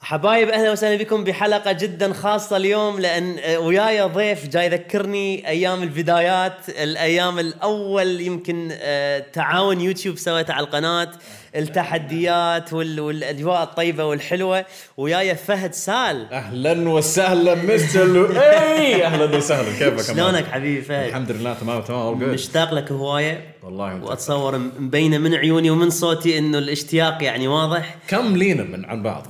حبايب اهلا وسهلا بكم بحلقه جدا خاصه اليوم، لان وياي ضيف جاي يذكرني ايام البدايات، الايام الاول يمكن تعاون يوتيوب سويته على القناه، التحديات والاجواء الطيبه والحلوه. وياي فهد سال. اهلا وسهلا مستر اي اهلا وسهلا، كيفك؟ شلونك حبيبي فهد؟ الحمد لله تمام. مشتاق لك هوايه والله، واتصور مبينه من عيوني ومن صوتي انه الاشتياق يعني واضح. كم لينا من عن بعض؟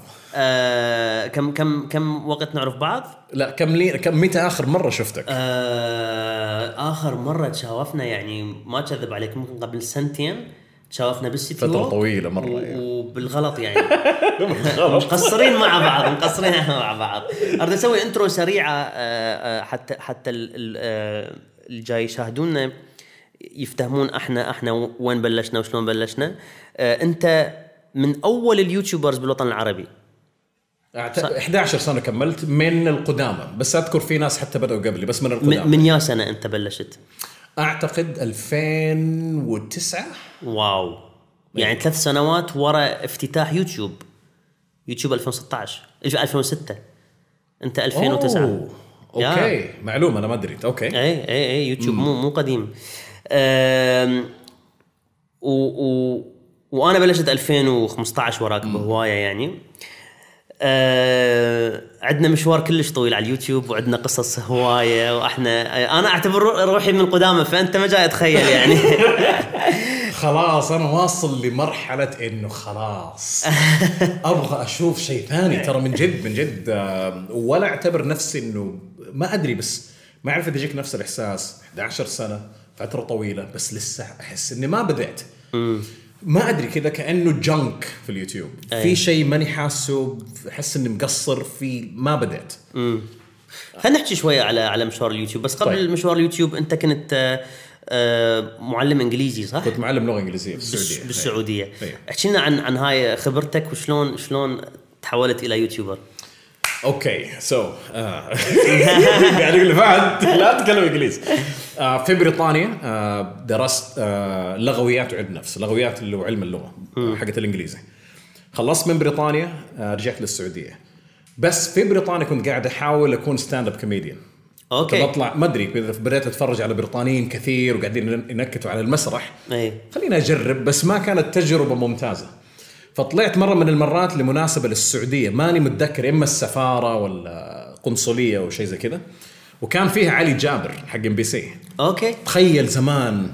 كم وقت نعرف بعض؟ لا كم متى اخر مره شفتك؟ اخر مره تشاوفنا يعني ما كذب عليك ممكن قبل سنتين تشاوفنا بالسيتي فتره طويله مره وبالغلط يعني مقصرين مع بعض. اريد اسوي انترو سريعه حتى اللي جاي يشاهدونا يفتهمون احنا وين بلشنا وشلون بلشنا. انت من اول اليوتيوبرز بالوطن العربي. 11 سنه كملت من القدامى، بس اذكر في ناس حتى بدأوا قبلي، بس من القدامى. من يا سنه انت بلشت؟ اعتقد 2009. واو، يعني 3 سنوات وراء افتتاح يوتيوب 2016 2006. انت 2009. اوكي معلومه انا ما دريت. اوكي اي يوتيوب مو قديم. وانا بلشت 2015 وراك بهوايه يعني. عندنا مشوار كلش طويل على اليوتيوب وعندنا قصص هوايه، واحنا انا اعتبر روحي من القدامى، فانت ما جاي اتخيل يعني. خلاص انا واصل لمرحله انه خلاص ابغى اشوف شيء ثاني. ترى من جد ولا اعتبر نفسي انه ما ادري، بس ما اعرف اذا يجيك نفس الاحساس. 11 سنه فتره طويله بس لسه احس اني ما بدأت. ما ادري كذا كانه جنك في اليوتيوب. في شيء ماني حاسه، احس اني مقصر في ما بدأت. خلينا نحكي شويه على مشوار اليوتيوب. بس قبل طيب. مشوار اليوتيوب انت كنت معلم انجليزي صح؟ كنت معلم لغه انجليزيه في السعوديه. احكي لنا عن هاي خبرتك وشلون تحولت الى يوتيوبر. اوكي قاعد اقول فهد لا تتكلم انجليزي. في بريطانيا درست لغويات وعلم نفس، لغويات اللي هو علم اللغه حقت الانجليزي. خلصت من بريطانيا رجعت للسعوديه، بس في بريطانيا كنت قاعد احاول اكون ستاند اب كوميديان. اوكي بطلع ما ادري، بديت اتفرج على بريطانيين كثير وقاعدين ينكتوا على المسرح. خلينا اجرب، بس ما كانت تجربه ممتازه. فطلعت مرة من المرات لمناسبة للسعودية، ماني متذكر إما السفارة ولا قنصلية أو شيء زي كذا، وكان فيها علي جابر حق MBC. اوكي تخيل زمان.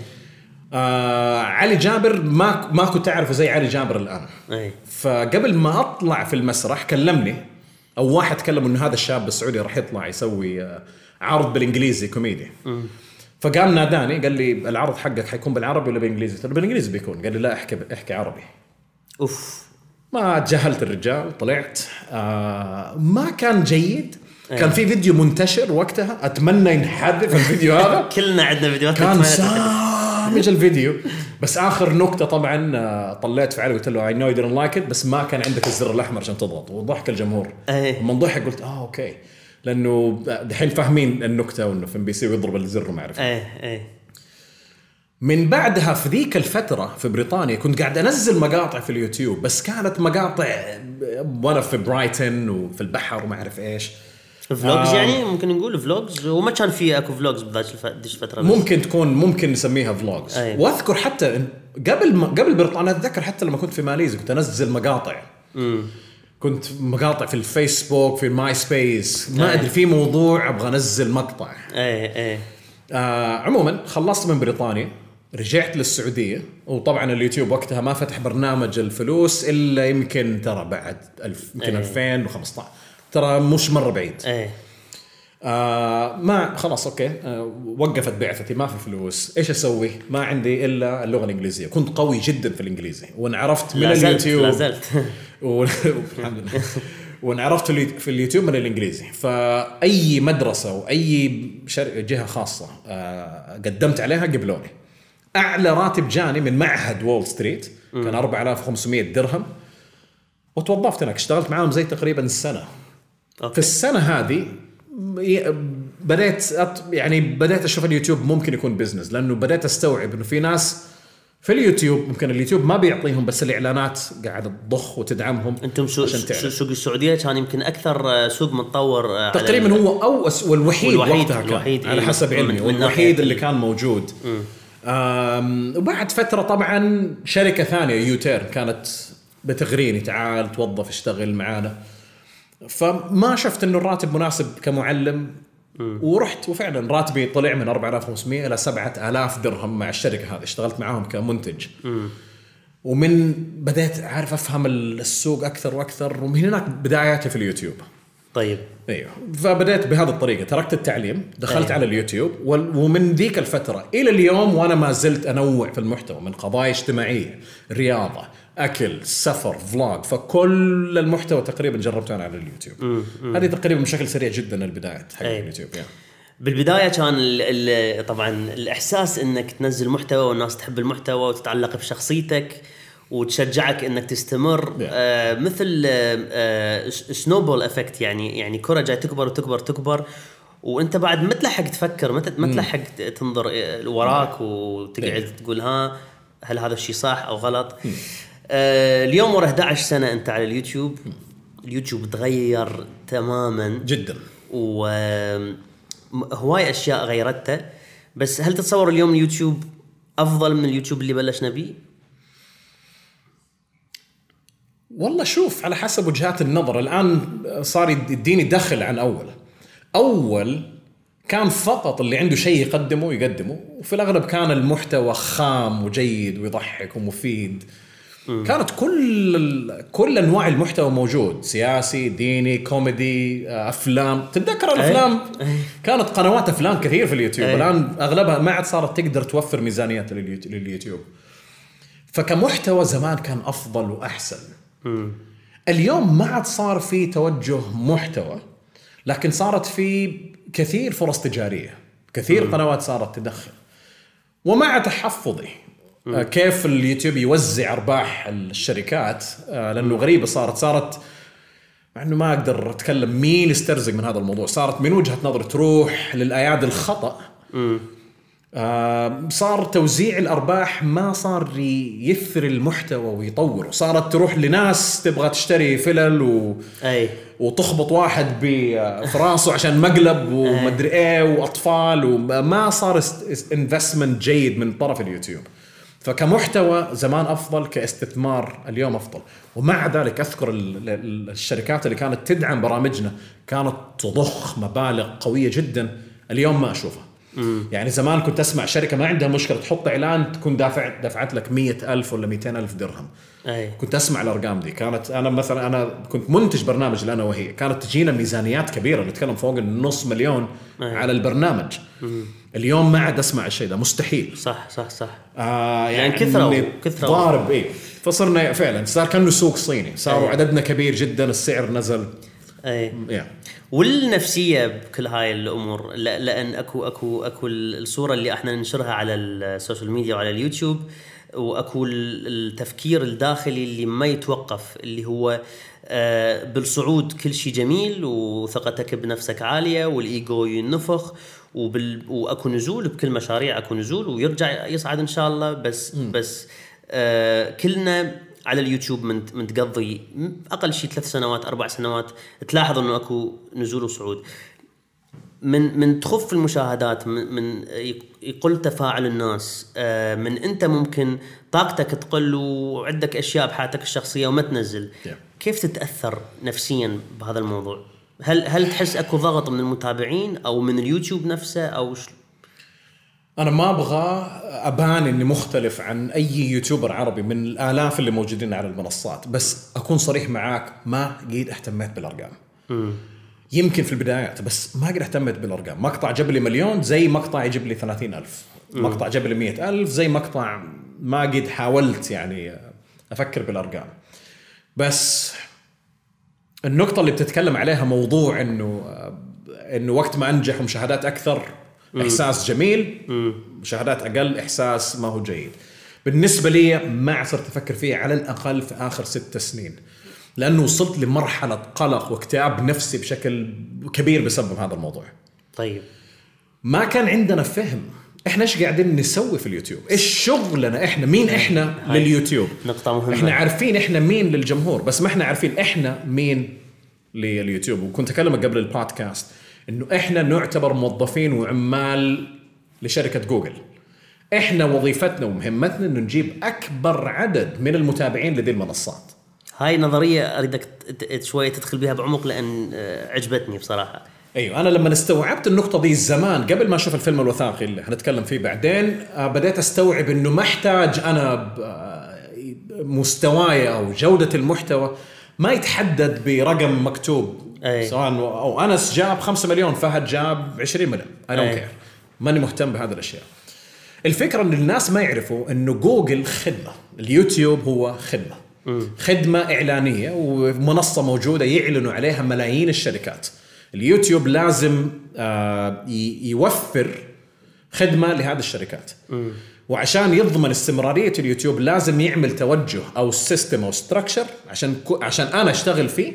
علي جابر ما كنت أعرفه زي علي جابر الآن. فقبل ما أطلع في المسرح كلمني، أو واحد كلمه إنه هذا الشاب السعودي راح يطلع يسوي عرض بالإنجليزي كوميدي. فقام ناداني قال لي العرض حقك حيكون بالعربي ولا بالإنجليزي؟ قلت له بالإنجليزي بيكون. قال لي لا احكي عربي. ما تجاهلت الرجال، طلعت ما كان جيد. كان في فيديو منتشر وقتها، اتمنى ينحذف الفيديو هذا. كلنا عندنا فيديوهات كان سامج الفيديو. بس اخر نقطه طبعا طلعت في علي قلت له I know you didn't like it، بس ما كان عندك الزر الاحمر عشان تضغط. وضحك الجمهور. من ضحك قلت اوكي، لانه دحين فاهمين النكته وانه في MBC ويضرب الزر وما اعرف. من بعدها في ذيك الفترة في بريطانيا كنت قاعد أنزل مقاطع في اليوتيوب، بس كانت مقاطع وأنا في برايتن وفي البحر وما أعرف إيش. فلوجز يعني ممكن نقول فلوجز، وما كان في أكو فلوجز بذاك الفترة. ممكن نسميها فلوجز. وأذكر حتى قبل بريطانيا، أتذكر حتى لما كنت في ماليزيا كنت أنزل مقاطع. كنت مقاطع في الفيسبوك في الماي سبيس، ما أدري في موضوع أبغى أنزل مقطع. عموما خلصت من بريطانيا رجعت للسعودية، وطبعا اليوتيوب وقتها ما فتح برنامج الفلوس إلا يمكن ترى بعد 2015، ترى مش مرة بعيد. ما خلاص اوكي وقفت بعثتي، ما في فلوس، ايش اسوي؟ ما عندي الا اللغة الانجليزية. كنت قوي جدا في الانجليزي وانعرفت من اليوتيوب. لازلت الحمد لله. وانعرفت في اليوتيوب من الانجليزي. فاي مدرسة واي جهة خاصة قدمت عليها قبلوني. أعلى راتب جاني من معهد وول ستريت كان 4500 درهم، وتوظفت هناك. اشتغلت معاهم زي تقريبا السنة. في السنة هذه بدأت أشوف اليوتيوب ممكن يكون بيزنس، لأنه بدأت أستوعب إنه في ناس في اليوتيوب ممكن اليوتيوب ما بيعطيهم، بس الاعلانات قاعده تضخ وتدعمهم. انتم سوق السعوديه كان يمكن اكثر سوق متطور تقريبا، هو او والوحيد وقتها كان على حسب علمي، والوحيد اللي كان موجود. وبعد فتره طبعا شركه ثانيه يوتير كانت بتغريني تعال توظف اشتغل معانا، فما شفت انه الراتب مناسب كمعلم. ورحت وفعلا راتبي طلع من 4500 إلى 7000 درهم مع الشركة هذه، اشتغلت معاهم كمنتج. ومن بدأت أعرف أفهم السوق أكثر وأكثر، ومن هناك بداياتي في اليوتيوب. طيب أيوه، فبدأت بهذه الطريقة، تركت التعليم دخلت على اليوتيوب، ومن ذيك الفترة إلى اليوم وأنا ما زلت أنوع في المحتوى، من قضايا اجتماعية، رياضة، أكل، سفر، فلوج، فكل المحتوى تقريبا جربته أنا على اليوتيوب. هذه تقريبا بشكل سريع جدا البدايات حق اليوتيوب يعني. بالبداية كان طبعا الإحساس إنك تنزل محتوى والناس تحب المحتوى وتتعلق بشخصيتك وتشجعك إنك تستمر. مثل سنوبول إفكت، يعني كرة جاي تكبر وتكبر تكبر، وأنت بعد ما تلحق تفكر، ما تلحق تنظر وراك وتقعد تقول هل هذا الشيء صح أو غلط. اليوم ورا 11 سنة أنت على اليوتيوب. اليوتيوب تغير تماما جدا، وهواي أشياء غيرته. بس هل تتصور اليوم اليوتيوب أفضل من اليوتيوب اللي بلشنا بيه؟ والله شوف، على حسب وجهات النظر. الآن صار يديني دخل عن أول كان فقط اللي عنده شيء يقدمه، وفي الأغلب كان المحتوى خام وجيد ويضحك ومفيد. كانت كل أنواع المحتوى موجود، سياسي، ديني، كوميدي، أفلام. تتذكر الأفلام؟ كانت قنوات أفلام كثير في اليوتيوب. الآن أغلبها ما عاد صارت تقدر توفر ميزانيات لليوتيوب. فكمحتوى زمان كان أفضل وأحسن. اليوم ما عاد صار في توجه محتوى، لكن صارت في كثير فرص تجارية، كثير قنوات صارت تدخل. ومع تحفظي كيف اليوتيوب يوزع أرباح الشركات، لأنه غريبة صارت مع أنه ما أقدر أتكلم مين يسترزق من هذا الموضوع. صارت من وجهة نظر تروح للأيادي الخطأ. صار توزيع الأرباح ما صار يثري المحتوى ويطوره. صارت تروح لناس تبغى تشتري فلل وتخبط واحد براسه عشان مقلب ومدري ايه وأطفال، وما صار investment جيد من طرف اليوتيوب. فكمحتوى زمان أفضل، كاستثمار اليوم أفضل. ومع ذلك أذكر الشركات اللي كانت تدعم برامجنا كانت تضخ مبالغ قوية جدا، اليوم ما أشوفها. يعني زمان كنت أسمع شركة ما عندها مشكلة تحط إعلان تكون دفعت لك 100,000 ولا 200,000 درهم. كنت أسمع الأرقام دي. كانت أنا كنت منتج برنامج لأنا وهي، كانت تجينا ميزانيات كبيرة، نتكلم فوق $500,000 على البرنامج. اليوم ما عاد أسمع الشيء ده، مستحيل. صح يعني كثرة ضارب. فصرنا فعلا صار كأنه سوق صيني، صاروا عددنا كبير جدا، السعر نزل. والنفسية بكل هاي الأمور، لأن أكو الصورة اللي احنا ننشرها على السوشيال ميديا وعلى اليوتيوب، وأكو التفكير الداخلي اللي ما يتوقف، اللي هو بالصعود كل شيء جميل وثقتك بنفسك عالية والإيجو ينفخ، وأكو نزول بكل مشاريع، أكو نزول ويرجع يصعد إن شاء الله. بس كلنا على اليوتيوب من تقضي أقل شيء 3 سنوات 4 سنوات تلاحظ إنه أكو نزول وصعود. من تخف المشاهدات، من يقل تفاعل الناس، من أنت ممكن طاقتك تقل وعندك أشياء بحياتك الشخصية وما تنزل. كيف تتأثر نفسيا بهذا الموضوع؟ هل تحس أكو ضغط من المتابعين أو من اليوتيوب نفسه أو أنا ما أبغى أبان إني مختلف عن أي يوتيوبر عربي من الآلاف اللي موجودين على المنصات، بس أكون صريح معاك، ما قيد اهتميت بالأرقام. يمكن في البدايات، بس ما قد اهتميت بالأرقام. مقطع جاب لي 1,000,000 زي مقطع يجيب لي 30,000. مقطع جاب لي 100,000 زي مقطع ما قد حاولت يعني أفكر بالأرقام. بس النقطة اللي بتتكلم عليها موضوع إنه وقت ما أنجح ومشاهدات أكثر إحساس جميل، مشاهدات أقل إحساس ما هو جيد. بالنسبة لي ما صرت أفكر فيه على الأقل في آخر 6 سنين، لأنه وصلت لمرحلة قلق واكتئاب نفسي بشكل كبير بسبب هذا الموضوع. طيب، ما كان عندنا فهم احنا ايش قاعدين نسوي في اليوتيوب؟ ايش شغلنا احنا؟ مين احنا لليوتيوب؟ نقطة مهمة. احنا عارفين احنا مين للجمهور، بس ما احنا عارفين احنا مين لليوتيوب. وكنت اكلمك قبل البودكاست انه احنا نعتبر موظفين وعمال لشركة جوجل. احنا وظيفتنا ومهمتنا انه نجيب اكبر عدد من المتابعين لذي المنصات. هاي نظرية اريدك شوية تدخل بها بعمق لان عجبتني بصراحة. ايوه، انا لما استوعبت النقطه دي زمان قبل ما اشوف الفيلم الوثائقي اللي هنتكلم فيه بعدين، بديت استوعب انه ما احتاج انا مستواي او جوده المحتوى ما يتحدد برقم مكتوب. سواء او انس جاب 5 مليون، فهد جاب 20 مليون، انا كير، ماني مهتم بهذه الاشياء. الفكره ان الناس ما يعرفوا انه جوجل خدمه، اليوتيوب هو خدمه اعلانيه ومنصه موجوده يعلنوا عليها ملايين الشركات. اليوتيوب لازم يوفر خدمة لهذه الشركات، وعشان يضمن استمرارية اليوتيوب لازم يعمل توجه أو سيستم أو ستراكشر عشان أنا أشتغل فيه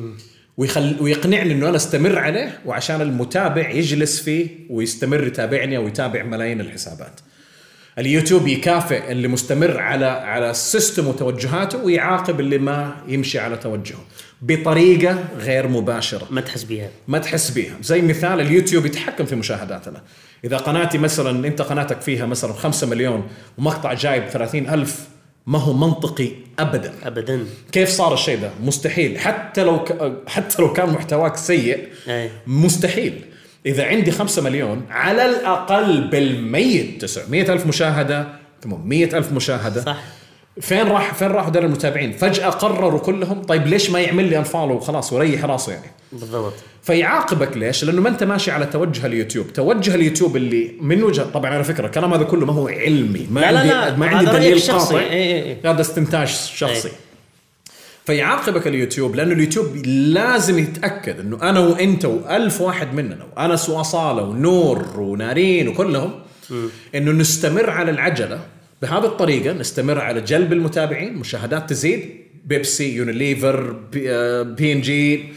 ويقنعني إنه أنا استمر عليه، وعشان المتابع يجلس فيه ويستمر يتابعني أو يتابع ملايين الحسابات. اليوتيوب يكافئ اللي مستمر على السيستم وتوجهاته، ويعاقب اللي ما يمشي على توجهه بطريقة غير مباشرة ما تحس بيها. زي مثال اليوتيوب يتحكم في مشاهداتنا. إذا قناتي مثلا أنت قناتك فيها مثلا 5 مليون ومقطع جايب 30,000، ما هو منطقي أبدا. كيف صار الشيء ده؟ مستحيل. حتى لو كان محتواك سيء، مستحيل. إذا عندي 5 مليون على الأقل بالميت 900,000 مشاهدة، 800,000 مشاهدة، صح. فين راحوا دول المتابعين؟ فجأة قرروا كلهم طيب ليش ما يعمل لي انفولو وخلاص وريح راسه يعني. بالضبط. فيعاقبك ليش؟ لأنه ما أنت ماشي على توجه اليوتيوب اللي من وجهة، طبعا على فكرة الكلام هذا كله ما هو علمي، ما عندي دليل قاطع، هذا استنتاج شخصي. فيعاقبك اليوتيوب لأنه اليوتيوب لازم يتأكد أنه أنا وإنت و1000 واحد مننا وأنس وأصالة ونور ونارين وكلهم أنه نستمر على العجلة بهذه الطريقة، نستمر على جلب المتابعين، مشاهدات تزيد. بيبسي، يونيليفر، P&G،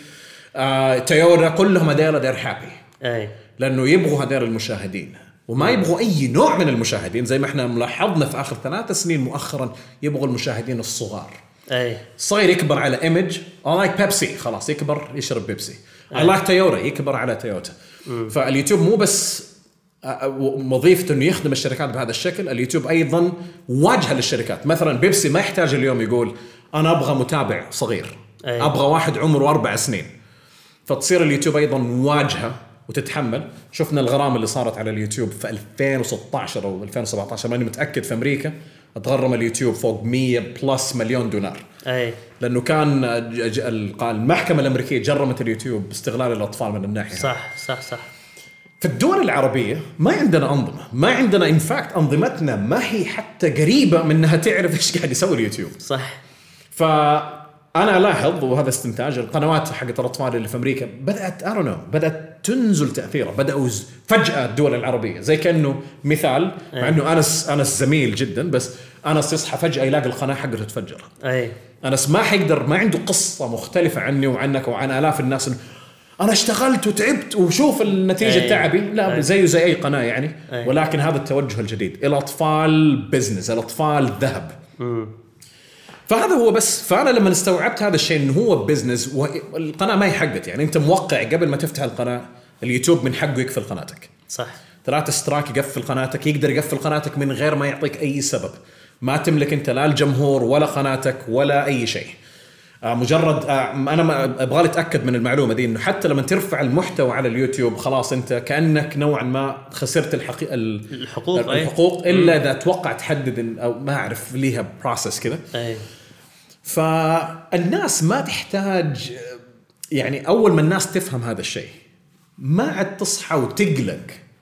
تويوتا، كلهم هذول دير هابي، لأنه يبغوا هذول المشاهدين وما يبغوا أي نوع من المشاهدين. زي ما احنا ملاحظنا في آخر 3 سنين مؤخرا يبغوا المشاهدين الصغار. صاير يكبر على إيمج، I like Pepsi، خلاص يكبر يشرب بيبسي. I like تويوتا، يكبر على تويوتا. فاليوتيوب مو بس وظيفته انه يخدم الشركات بهذا الشكل، اليوتيوب ايضا واجهه للشركات. مثلا بيبسي ما يحتاج اليوم يقول انا ابغى متابع صغير، ابغى واحد عمره 4 سنين، فتصير اليوتيوب ايضا واجهه وتتحمل. شفنا الغرامه اللي صارت على اليوتيوب في 2016 او 2017، ماني متاكد، في امريكا اتغرم اليوتيوب فوق 100+ مليون دولار، لانه كان المحكمه الامريكيه جرمت اليوتيوب باستغلال الاطفال من الناحيه. صح. في الدول العربية ما عندنا أنظمة، ما عندنا إنفاكت أنظمتنا ما هي حتى قريبة من أنها تعرف إيش قاعد يسوي اليوتيوب. صح. فأنا ألاحظ، وهذا استنتاج، القنوات حقت الأطفال اللي في أمريكا بدأت تنزل تأثيرها. بدأوا فجأة الدول العربية زي كأنه مثال، مع أنه أنس زميل جدا، بس أنس يصحى فجأة يلاقي القناة حقته تتفجر. أنس ما حيقدر، ما عنده قصة مختلفة عني وعنك وعن آلاف الناس أنا اشتغلت وتعبت وشوف النتيجة تعبي. لا، زيه زي أي قناة يعني. ولكن هذا التوجه الجديد، الأطفال بزنس، الأطفال ذهب. فهذا هو. بس فأنا لما استوعبت هذا الشيء إنه هو بزنس والقناة ما هي حقت، يعني أنت موقع قبل ما تفتح القناة، اليوتيوب من حقه يقفل قناتك. صح. 3 اشتراك يقفل قناتك، يقدر يقفل قناتك من غير ما يعطيك أي سبب. ما تملك أنت لا الجمهور ولا قناتك ولا أي شيء. مجرد أنا أبغى أتأكد من المعلومة دي، إنه حتى لما ترفع المحتوى على اليوتيوب خلاص أنت كأنك نوعا ما خسرت الحقوق إلا إذا توقع تحدد أو ما أعرف ليها بروسس كذا. فالناس ما تحتاج، يعني أول ما الناس تفهم هذا الشيء ما عاد تصحى وتقلق.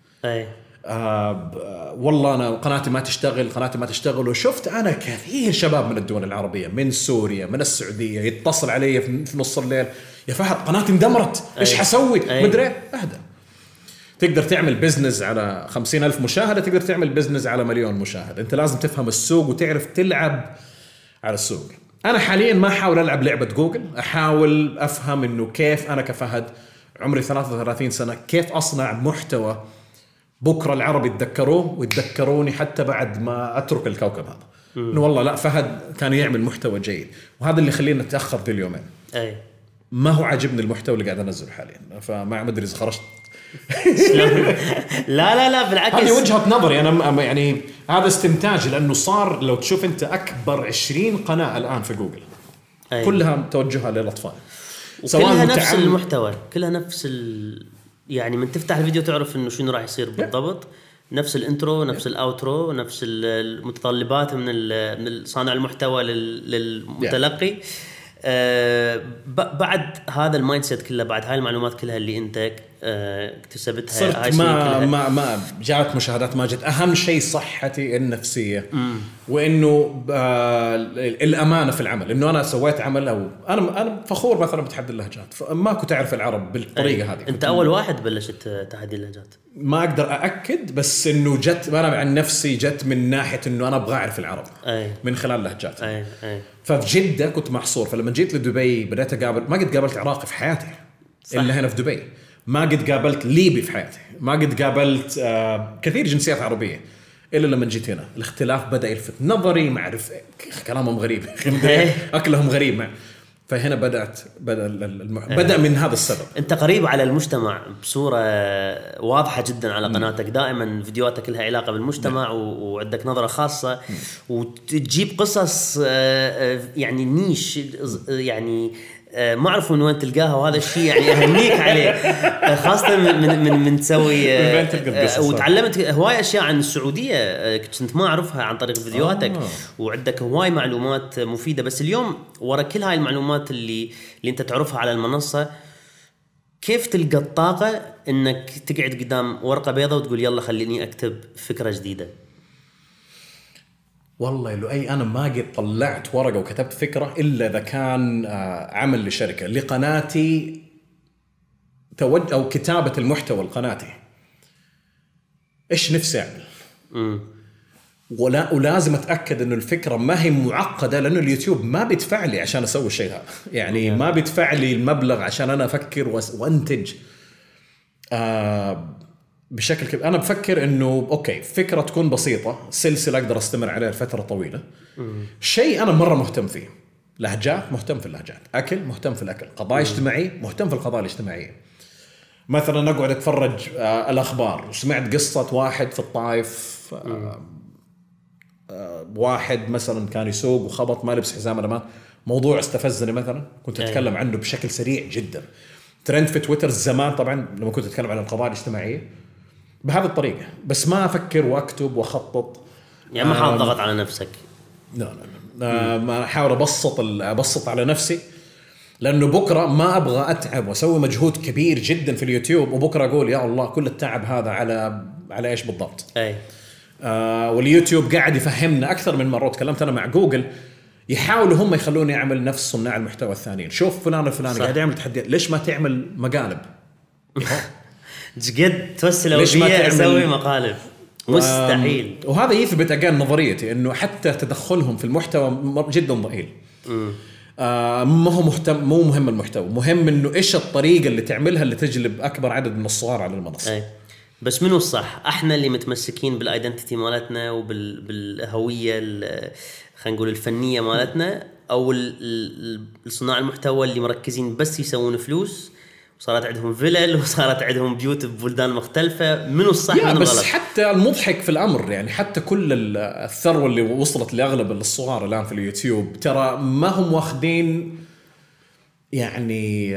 والله أنا قناتي ما تشتغل. وشفت أنا كثير شباب من الدول العربية، من سوريا، من السعودية، يتصل علي في نص الليل، يا فهد قناتي اندمرت، إيش حسوي؟ مدري. أهدى، تقدر تعمل بزنس على 50,000 مشاهدة، تقدر تعمل بزنس على 1,000,000 مشاهدة. أنت لازم تفهم السوق وتعرف تلعب على السوق. أنا حاليا ما أحاول ألعب لعبة جوجل، أحاول أفهم إنه كيف أنا كفهد عمري 33 سنة كيف أصنع محتوى بكره العرب يتذكروه ويتذكروني حتى بعد ما اترك الكوكب هذا، انه والله لا فهد كان يعمل محتوى جيد، وهذا اللي خلينا نتاخر ذي اليومين. اي ما هو عاجبني المحتوى اللي قاعد انزله حاليا، فما ادري اذا خرجت. لا بالعكس، هذه وجهة نظري انا، يعني هذا استنتاج، لانه صار لو تشوف انت اكبر 20 قناة الان في جوجل أي. كلها توجهها للاطفال، كلها نفس المحتوى، كلها نفس يعني من تفتح الفيديو تعرف انه شنو راح يصير بالضبط، نفس الانترو، نفس الاوترو، نفس المتطلبات من صانع المحتوى للمتلقي. بعد هذا المايند سيت كله، بعد هاي المعلومات كلها اللي انت اكتسبتها، صرت ما جاءت مشاهدات، ما جت. اهم شيء صحتي النفسيه، وانه الامانه في العمل، انه انا سويت عمل، او انا فخور مثلا بتحدي اللهجات، ما كنت اعرف العرب بالطريقه هذه. انت اول واحد بلشت تحدي اللهجات؟ ما اقدر ااكد، بس انه جت انا عن نفسي، جت من ناحيه انه انا ابغى اعرف العرب من خلال لهجات. ففي جده كنت محصور، فلما جيت لدبي بدأت اقابل، ما قد قابلت عراقي في حياتي الا هنا في دبي، ما قد قابلت ليبي في حياتي، ما قد قابلت كثير جنسيات عربية إلا لما جيت هنا. الاختلاف بدأ يلفت نظري، ما أعرف كلامهم غريب، أكلهم غريب، فهنا بدأ من هذا السبب. أنت قريب على المجتمع بصورة واضحة جدا على قناتك، دائما فيديوهاتك لها علاقة بالمجتمع، وعندك نظرة خاصة، وتجيب قصص يعني نيش، يعني ما أعرف من وين تلقاها، وهذا الشيء يعني أهنيك عليه، خاصة من تسوي وتعلمت هواي أشياء عن السعودية كنت ما أعرفها عن طريق فيديوهاتك، وعندك هواي معلومات مفيدة. بس اليوم ورا كل هاي المعلومات اللي أنت تعرفها على المنصة، كيف تلقى الطاقة إنك تقعد قدام ورقة بيضاء وتقول يلا خليني أكتب فكرة جديدة؟ والله لؤي أنا ما قد طلعت ورقة وكتبت فكرة إلا إذا كان عمل لشركة لقناتي أو كتابة المحتوى لقناتي، إيش نفسي أعمل. ولازم أتأكد إنه الفكرة ما هي معقدة، لأنه اليوتيوب ما بيدفع لي عشان أسوي الشيء هذا، يعني ما بيدفع لي المبلغ عشان أنا أفكر وأنتج بشكل كبير. أنا بفكر إنه أوكي فكرة تكون بسيطة، سلسلة أقدر أستمر عليها لفترة طويلة. شيء أنا مرة مهتم فيه، لهجات مهتم في اللهجات، أكل مهتم في الأكل، قضايا اجتماعية مهتم في القضايا الاجتماعية. مثلا أقعد أتفرج الأخبار وسمعت قصة واحد في الطائف، واحد مثلا كان يسوق وخبط ما لبس حزام الأمان، موضوع استفزني مثلا، كنت أتكلم عنه بشكل سريع جدا، ترند في تويتر زمان طبعا لما كنت أتكلم عن القضايا الاجتماعية بهذه الطريقة، بس ما أفكر وأكتب وأخطط، يعني ما حاول ضغط على نفسك. لا ما أحاول أبسط على نفسي، لأنه بكرة ما أبغى أتعب وأسوي مجهود كبير جدا في اليوتيوب وبكرة أقول يا الله كل التعب هذا على إيش بالضبط. واليوتيوب قاعد يفهمنا أكثر من مرة، تكلمت أنا مع جوجل يحاولوا هم يخلوني أعمل نفس صناع المحتوى الثانيين، شوف فلان الفلاني قاعد يعمل تحديات، ليش ما تعمل مقالب؟ جد توسل وبيا أسوي مقالب مستحيل. وهذا يثبت أجان نظريتي إنه حتى تدخلهم في المحتوى جدا ضئيل. ما هو مو مهم المحتوى، مهم إنه إيش الطريقة اللي تعملها اللي تجلب أكبر عدد من الصغار على المنصة. بس منو الصح؟ احنا اللي متمسكين بالايدنتيتي مالتنا وبالهويه خلينا نقول الفنيه مالتنا، او الصناع المحتوى اللي مركزين بس يسوون فلوس وصارت عندهم فيلل وصارت عندهم بيوت ببلدان مختلفه؟ منو الصح منو الغلط؟ بس حتى المضحك في الامر يعني حتى كل الثروه اللي وصلت لاغلب الصغار الان في اليوتيوب ترى ما هم واخدين يعني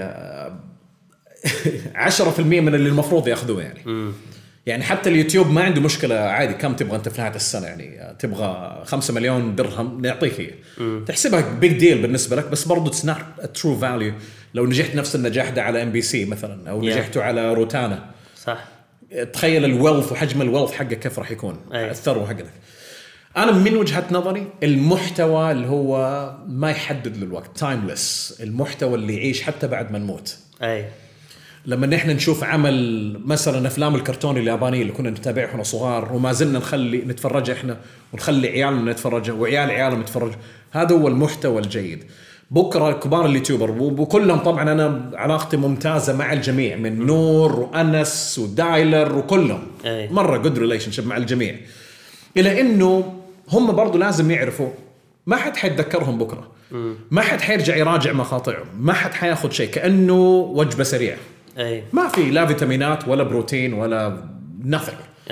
10% من اللي المفروض ياخذوه يعني. يعني حتى اليوتيوب ما عنده مشكلة، عادي كم تبغى أنت في نهاية السنة، يعني تبغى 5 مليون درهم نعطيك هي، تحسبها بيج ديل بالنسبة لك، بس برضو it's not a true value. لو نجحت نفس النجاح ده على MBC مثلا أو نجحته على روتانا، صح، تخيل الويلث وحجم الويلث حقك كيف راح يكون، الثروة حقك. أنا من وجهة نظري المحتوى اللي هو ما يحدد للوقت، timeless، المحتوى اللي يعيش حتى بعد ما نموت. لما نحن نشوف عمل مثلا أفلام الكرتون اليابانية اللي كنا نتابعها واحنا صغار وما زلنا نتفرجها إحنا ونخلي عيالنا نتفرجها وعيال عيالهم يتفرجوا، هذا هو المحتوى الجيد. بكره كبار اليوتيوبر وكلهم طبعا انا علاقتي ممتازه مع الجميع من نور وانس ودايلر وكلهم مره جود ريليشن شيب مع الجميع، الى انه هم برضو لازم يعرفوا ما حد حيتذكرهم بكره، ما حد حيرجع يراجع مقاطعهم، ما حد حياخذ شيء، كانه وجبه سريعه ما في لا فيتامينات ولا بروتين ولا nothing.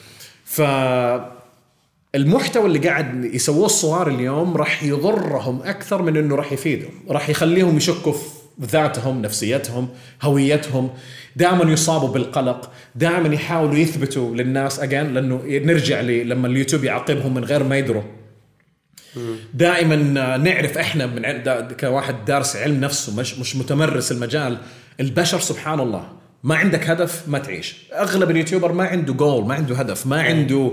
فالمحتوى اللي قاعد يسووه الصغار اليوم راح يضرهم أكثر من أنه راح يفيدهم، راح يخليهم يشكوا في ذاتهم، نفسيتهم، هويتهم، دائما يصابوا بالقلق، دائما يحاولوا يثبتوا للناس أجان، لأنه نرجع لما اليوتيوب يعاقبهم من غير ما يدروا. دائما نعرف إحنا من كواحد دارس علم نفسه مش متمرس المجال، البشر سبحان الله ما عندك هدف ما تعيش. أغلب اليوتيوبر ما عنده جول، ما عنده هدف، ما عنده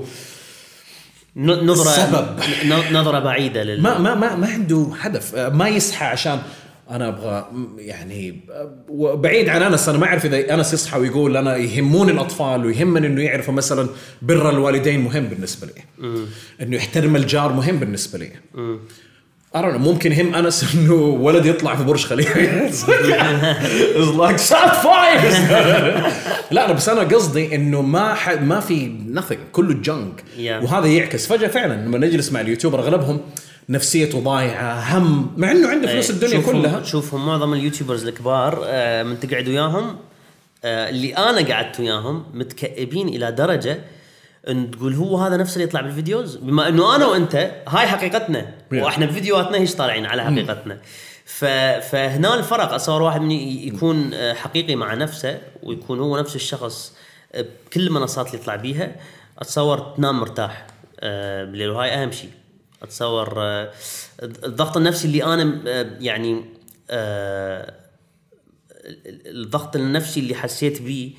نظرة بعيدة ما عنده هدف، ما يصحى عشان أنا أبغى يعني بعيد عن أنس. أنا ما أعرف إذا أنس يصحى ويقول أنا يهمون الأطفال ويهمني إنه يعرفوا مثلا بر الوالدين مهم بالنسبة لي، إنه يحترم الجار مهم بالنسبة لي. ممكن يهم أنس إنه ولد يطلع في برج خليفة It's like shot fires. لا بس أنا قصدي إنه ما في nothing، كله جنك. وهذا يعكس فجأة فعلا لما نجلس مع اليوتيوبر أغلبهم نفسيته ضايعة، هم، مع إنه عنده فلوس الدنيا كلها. شوفهم معظم اليوتيوبرز الكبار من تقعد وياهم اللي أنا قعدت وياهم متكئبين إلى درجة ان تقول هو هذا نفس اللي يطلع بالفيديوز، بما انه انا وانت هاي حقيقتنا واحنا بفيديوهاتنا هيش طالعين على حقيقتنا. فهنا الفرق، اصور واحد من يكون حقيقي مع نفسه ويكون هو نفس الشخص بكل المنصات اللي يطلع بيها، اتصور تنام مرتاح بالليل، وهاي اهم شيء. اتصور الضغط النفسي اللي انا يعني الضغط النفسي اللي حسيت بيه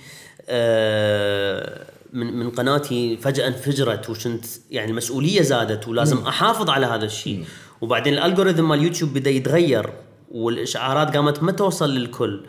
من قناتي فجأة انفجرت، وشنت يعني مسؤولية زادت ولازم أحافظ على هذا الشيء. وبعدين الألغوريثم مال يوتيوب بدأ يتغير والإشعارات قامت ما توصل للكل،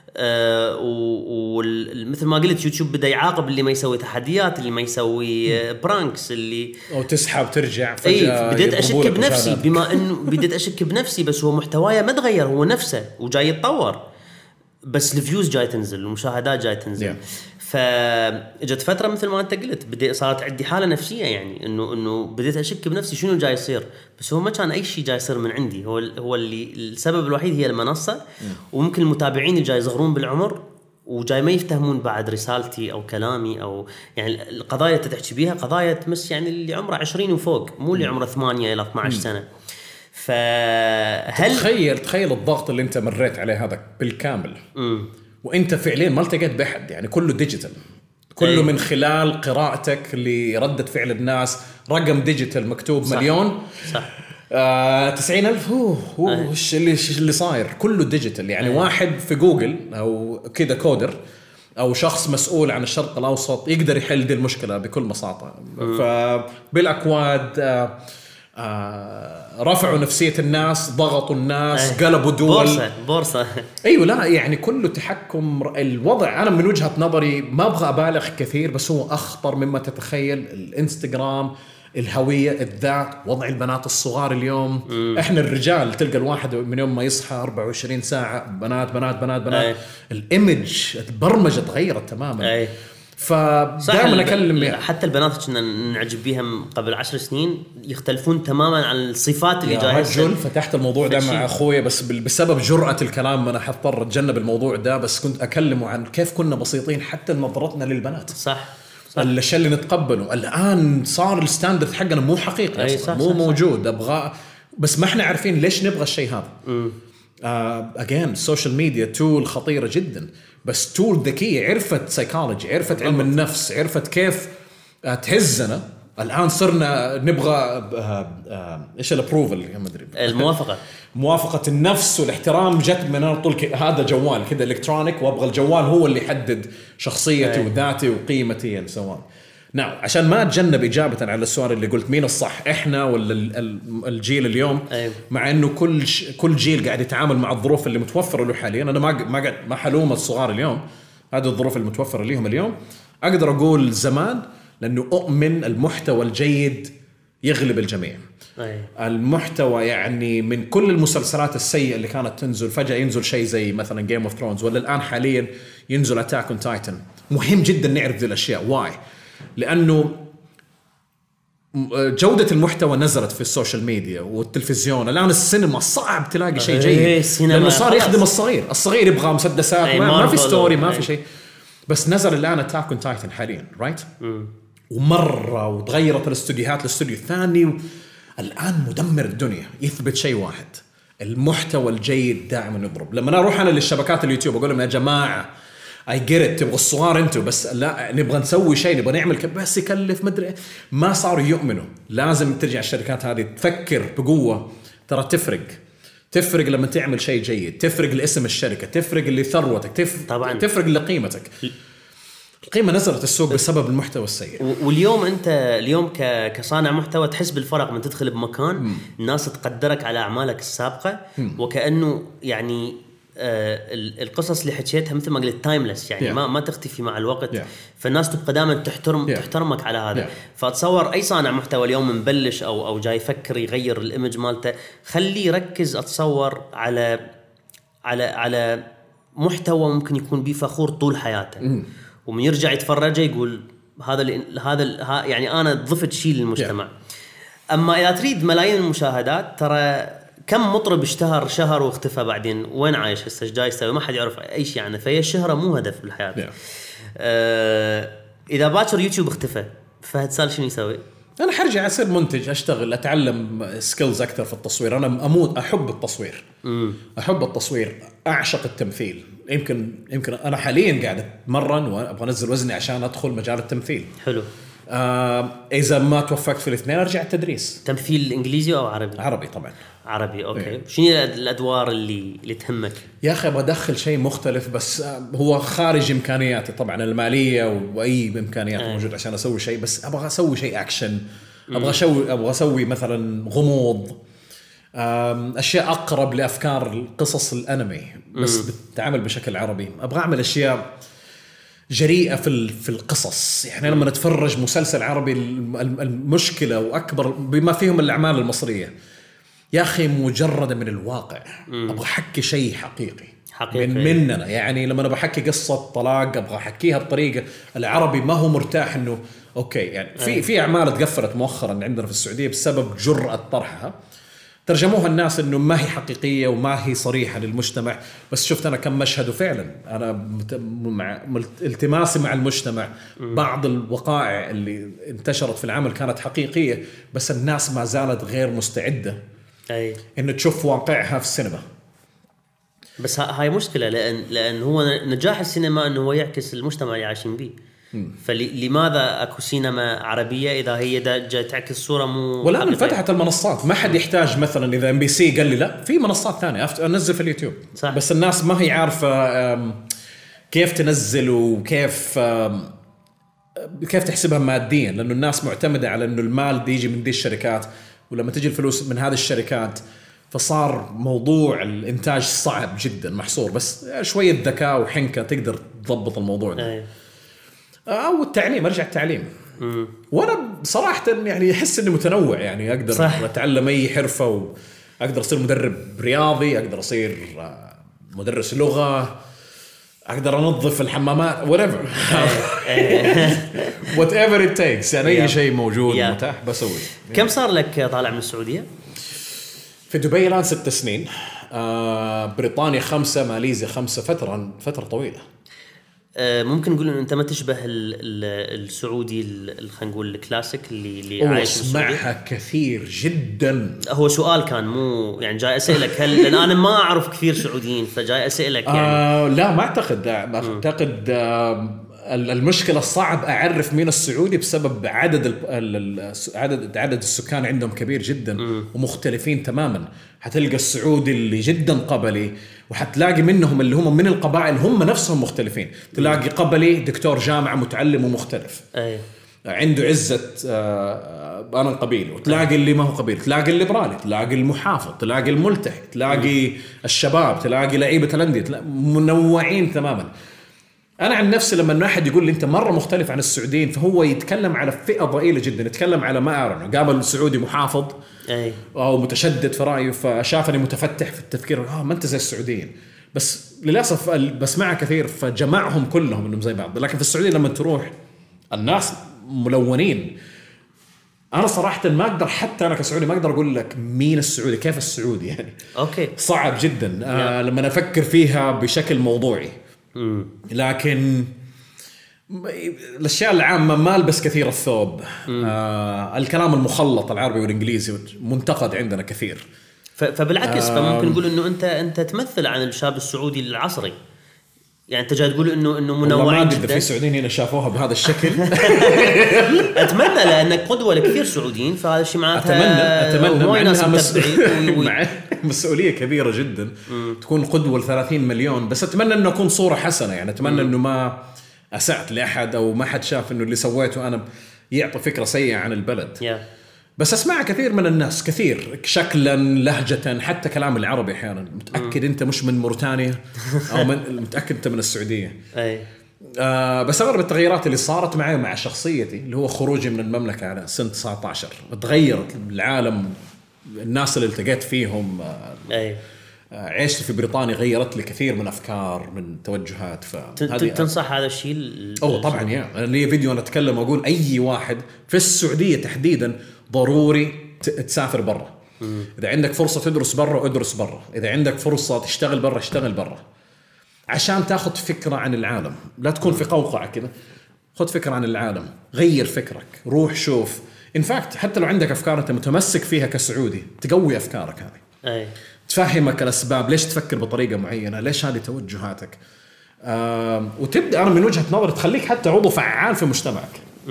ومثل ما قلت يوتيوب بدأ يعاقب اللي ما يسوي تحديات، اللي ما يسوي برانكس، اللي أو تسحب ترجع فجأة. بديت أشك بنفسي، بما أنه بديت أشك بنفسي، بس هو محتوايا ما تغير، هو نفسه وجاي يتطور، بس الفيوز جاي تنزل والمشاهدات جاي تنزل. فجت فترة مثل ما أنت قلت صارت عندي حالة نفسية، يعني إنه بديت أشك بنفسي شنو جاي يصير، بس هو ما كان أي شيء جاي يصير من عندي، هو اللي السبب الوحيد هي المنصة. وممكن المتابعين اللي جاي يصغرون بالعمر وجاي ما يفتهمون بعد رسالتي أو كلامي، أو يعني القضايا اللي تحكي بيها قضايا تمس يعني اللي عمره 20 وفوق، مو اللي عمره 8 إلى 12 سنة. فهل تخيل الضغط اللي أنت مريت عليه هذا بالكامل، وانت فعليا ما التقيت بحد، يعني كله ديجيتال، كله من خلال قراءتك لردة فعل الناس، رقم ديجيتال مكتوب صح. مليون صح 90,000 وش اللي صاير كله ديجيتال. يعني واحد في جوجل او كده كودر او شخص مسؤول عن الشرق الاوسط يقدر يحل دي المشكلة بكل بساطة. فبالاكواد رفعوا نفسية الناس، ضغطوا الناس، قلبوا دول، بورصة. أيوة، لا يعني كله تحكم الوضع. أنا من وجهة نظري ما أبغى أبالغ كثير، بس هو أخطر مما تتخيل. الإنستغرام، الهوية، الذات، وضع البنات الصغار اليوم. إحنا الرجال تلقى الواحد من يوم ما يصحى 24 ساعة بنات بنات بنات بنات. الإيمج البرمجة تغيرت تماما. فدائما أكلم حتى البنات كنا نعجب بيهم قبل 10 سنين يختلفون تماما عن الصفات اللي جايه. رجل فتحت الموضوع ده مع أخويا، بس بسبب جرأة الكلام أنا حضطر أتجنب الموضوع ده، بس كنت أكلمه عن كيف كنا بسيطين حتى نظرتنا للبنات. صح. الشيء اللي نتقبله الآن صار الستاندرد حقنا مو حقيقي أصلاً، مو موجود. أبغى بس ما إحنا عارفين ليش نبغى الشيء هذا. again السوشيال ميديا تول خطيرة جدا، بس تول ذكية، عرفت سايكولوجي، عرفت علم النفس، عرفت كيف تهزنا. الآن صرنا نبغى إيش الابروفل، ما أدري، موافقة النفس والاحترام. جت من أنا طول هذا جوال كده إلكترونيك، وأبغى الجوال هو اللي يحدد شخصيتي وذاتي وقيمتي and so on. نعم، عشان ما أتجنب إجابة على السؤال اللي قلت مين الصح، إحنا ولا الجيل اليوم؟ مع إنه كل جيل قاعد يتعامل مع الظروف اللي متوفرة له حاليا. أنا ما حلوم الصغار اليوم، هذه الظروف المتوفرة لهم اليوم. أقدر أقول زمان، لأنه أؤمن المحتوى الجيد يغلب الجميع. المحتوى يعني من كل المسلسلات السيئة اللي كانت تنزل فجأة ينزل شيء زي مثلا جيم اوف ثرونز، ولا الآن حاليا ينزل أتاك أون تايتن. مهم جدا نعرف ذي الأشياء. واي؟ لأنه جودة المحتوى نزلت في السوشيال ميديا والتلفزيون. الآن السينما صعب تلاقي شيء جيد لأنه صار يخدم الصغير يبغى مسدسات، ما في ستوري، ما في شيء. بس نزل الآن أتاك أون تايتن حاليا، رايت؟ ومرة وتغيرت الاستوديوهات لاستوديو ثاني، الآن مدمر الدنيا. يثبت شيء واحد، المحتوى الجيد دائما يضرب. لما أروح أنا للشبكات اليوتيوب أقول لهم يا جماعة I get it، تبغوا الصغار انتوا، بس لا نبغى نسوي شيء، نبغى نعمل بس يكلف مدري. ما صاروا يؤمنوا. لازم ترجع الشركات هذه تفكر بقوة. ترى تفرق لما تعمل شيء جيد، تفرق لاسم الشركة، تفرق لثروتك، طبعا تفرق لقيمتك. القيمة نزلت السوق بسبب المحتوى السيء. واليوم أنت اليوم كصانع محتوى تحس بالفرق من تدخل بمكان الناس تقدرك على أعمالك السابقة، وكأنه يعني القصص اللي حكيتها مثل ما قلت تايمليس، يعني ما تختفي مع الوقت. فالناس تبقى دائما تحترمك على هذا. فاتصور أي صانع محتوى اليوم مبلش أو جاي يفكر يغير الإيمج مالته، خليه يركز أتصور على محتوى ممكن يكون بيه فخور طول حياته، ومن يرجع يتفرجه يقول هذا يعني أنا ضفت شيء للمجتمع. أما إذا تريد ملايين المشاهدات، ترى كم مطرب اشتهر شهر واختفى بعدين وين عايش هسه، جاي يسوي، ما حد يعرف أي شيء عنه. فهي الشهرة مو هدف بالحياة. إذا باكر يوتيوب اختفى، فهد سال شنو يسوي؟ أنا حرجع أصير منتج، أشتغل، أتعلم سكيلز أكثر في التصوير. أنا أموت أحب التصوير. أحب التصوير، أعشق التمثيل. يمكن أنا حاليا قاعد أتمرن وأبغى أنزل وزني عشان أدخل مجال التمثيل. حلو. إذا ما توفقت في الاثنين أرجع التدريس. تمثيل إنجليزي أو عربي؟ عربي طبعا. عربي. أوكي. شنو الأدوار اللي تهمك؟ يا أخي أبغى أدخل شيء مختلف، بس هو خارج إمكانياتي طبعا المالية وأي إمكانيات موجود عشان أسوي شيء. بس أبغى أسوي شيء أكشن، أبغى أسوي مثلا غموض، أشياء أقرب لأفكار قصص الأنمي بس بتتعامل بشكل عربي. أبغى أعمل أشياء جريئة في القصص. يعني لما نتفرج مسلسل عربي، المشكلة وأكبر بما فيهم الأعمال المصرية يا أخي مجردة من الواقع. أبغى أحكي شيء حقيقي مننا. يعني لما أنا بحكي قصة طلاق أبغى أحكيها بطريقة. العربي ما هو مرتاح إنه أوكي، يعني في أعمال تقفلت مؤخرا عندنا في السعودية بسبب جرأة طرحها، ترجموها الناس إنه ما هي حقيقية وما هي صريحة للمجتمع. بس شفت أنا كم مشهد وفعلا أنا مع التماسي مع المجتمع. بعض الوقائع اللي انتشرت في العمل كانت حقيقية، بس الناس ما زالت غير مستعدة إنه تشوف واقعها في السينما. بس هاي مشكلة، لأن هو نجاح السينما إنه هو يعكس المجتمع اللي عايشين به. فلماذا اكو سينما عربيه اذا هي جاي تعكس صوره مو؟ والان فتحت المنصات، ما حد يحتاج مثلا اذا ام بي سي قال لي لا، في منصات ثانيه انزل في اليوتيوب. صح. بس الناس ما هي عارفه كيف تنزل وكيف تحسبها ماديا، لانه الناس معتمده على انه المال دي يجي من دي الشركات، ولما تجي الفلوس من هذه الشركات فصار موضوع الانتاج صعب جدا محصور. بس شويه ذكاء وحنكه تقدر تضبط الموضوع ده. أو التعليم، أرجع التعليم. وأنا صراحة يعني أحس إني متنوع، يعني أقدر أتعلم أي حرفة، وأقدر أصير مدرب رياضي، أقدر أصير مدرس لغة، أقدر أنظف الحمامات whatever whatever it takes. يعني أي شيء موجود متاح بسوي. كم صار لك طالع من السعودية؟ في دبي الآن 6 سنين، بريطانيا 5، ماليزيا 5، فترة طويلة. ممكن نقول ان انت ما تشبه السعودي خلينا نقول الكلاسيك اللي عايش في السعودية. اسمعها كثير جدا. هو سؤال كان مو يعني جاي اسالك لان انا ما اعرف كثير سعوديين، فجاي اسالك يعني. لا ما اعتقد المشكله الصعب اعرف مين السعودي بسبب عدد السكان عندهم كبير جدا ومختلفين تماما. حتلقى السعودي اللي جدا قبلي، وحتلاقي منهم اللي هم من القبائل هم نفسهم مختلفين. تلاقي قبلي دكتور جامعة متعلم ومختلف، عنده عزة أنا قبيلي، وتلاقي اللي ما هو قبيل، تلاقي الليبرالي، تلاقي المحافظ، تلاقي الملتحي، تلاقي الشباب، تلاقي لعيبة الأندية، منوعين تماما. انا عن نفسي لما احد يقول لي انت مره مختلف عن السعوديين، فهو يتكلم على فئه ضئيله جدا، يتكلم على ما اعرف قابل سعودي محافظ او متشدد في رايه فشافني متفتح في التفكير، ما انت زي السعوديين. بس للاسف بسمعها كثير فجمعهم كلهم انهم زي بعض. لكن في السعوديه لما تروح الناس ملونين. انا صراحه ما اقدر، حتى انا كسعودي ما اقدر اقول لك مين السعودي كيف السعودي يعني. اوكي صعب جدا لما افكر فيها بشكل موضوعي. لكن الاشياء العامه ما البس كثير الثوب. الكلام المخلط العربي والانجليزي منتقد عندنا كثير. فبالعكس فممكن نقول انه انت تمثل عن الشاب السعودي العصري. يعني انت جاي تقول انه منوعين جدا. في سعوديين هنا شافوها بهذا الشكل. اتمنى لانك قدوه لكثير سعوديين، فهذا الشيء معناتها اتمنى مع انها مسؤوليه كبيره جدا تكون قدوه ل30 مليون. بس اتمنى انه اكون صوره حسنه، يعني اتمنى انه ما اسأت لاحد او ما حد شاف انه اللي سويته انا يعطي فكره سيئه عن البلد. بس اسمع كثير من الناس كثير شكلا لهجة، حتى كلام العربي احيانا. متاكد انت مش من موريتانيا او متاكد انت من السعوديه. بس اغلب التغييرات اللي صارت معي مع شخصيتي اللي هو خروجي من المملكه على سنه 19 تغيرت العالم، الناس اللي التقيت فيهم. عيشت في بريطانيا غيرت لي كثير من افكار من توجهات. تنصح هذا الشيء؟ طبعا انا لي فيديو انا اتكلم اقول اي واحد في السعوديه تحديدا ضروري تسافر برا. اذا عندك فرصه تدرس برا ادرس برا، اذا عندك فرصه تشتغل برا اشتغل برا، عشان تاخذ فكره عن العالم. لا تكون في قوقعه كذا، خذ فكره عن العالم، غير فكرك، روح شوف. ان فاكت حتى لو عندك افكار انت متمسك فيها كسعودي تقوي افكارك هذه. تفهمك الاسباب ليش تفكر بطريقه معينه، ليش هذه توجهاتك. وتبدا انا من وجهه نظري تخليك حتى عضو فعال في مجتمعك.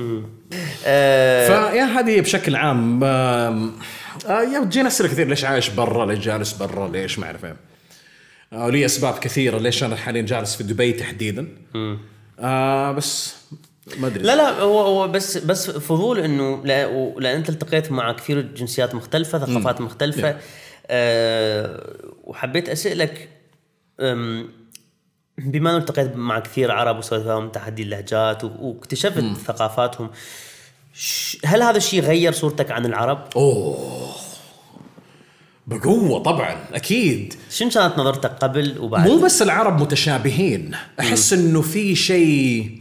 فيا هذه بشكل عام. جينا اسئله كثير، ليش عايش برا، ليش جالس برا، ليش ما اعرف ايه. لي اسباب كثيره ليش انا حاليا جالس في دبي تحديدا. بس ما ادري. لا هو بس فضول انه لان انت التقيت مع كثير جنسيات مختلفه، ثقافات مختلفه. وحبيت اسالك بما التقيت مع كثير عرب وسويت لهم تحدي اللهجات واكتشفت ثقافاتهم، هل هذا الشيء غير صورتك عن العرب؟ بقوة طبعا أكيد. شنو كانت نظرتك قبل وبعد؟ مو بس العرب متشابهين، أحس إنه في شيء،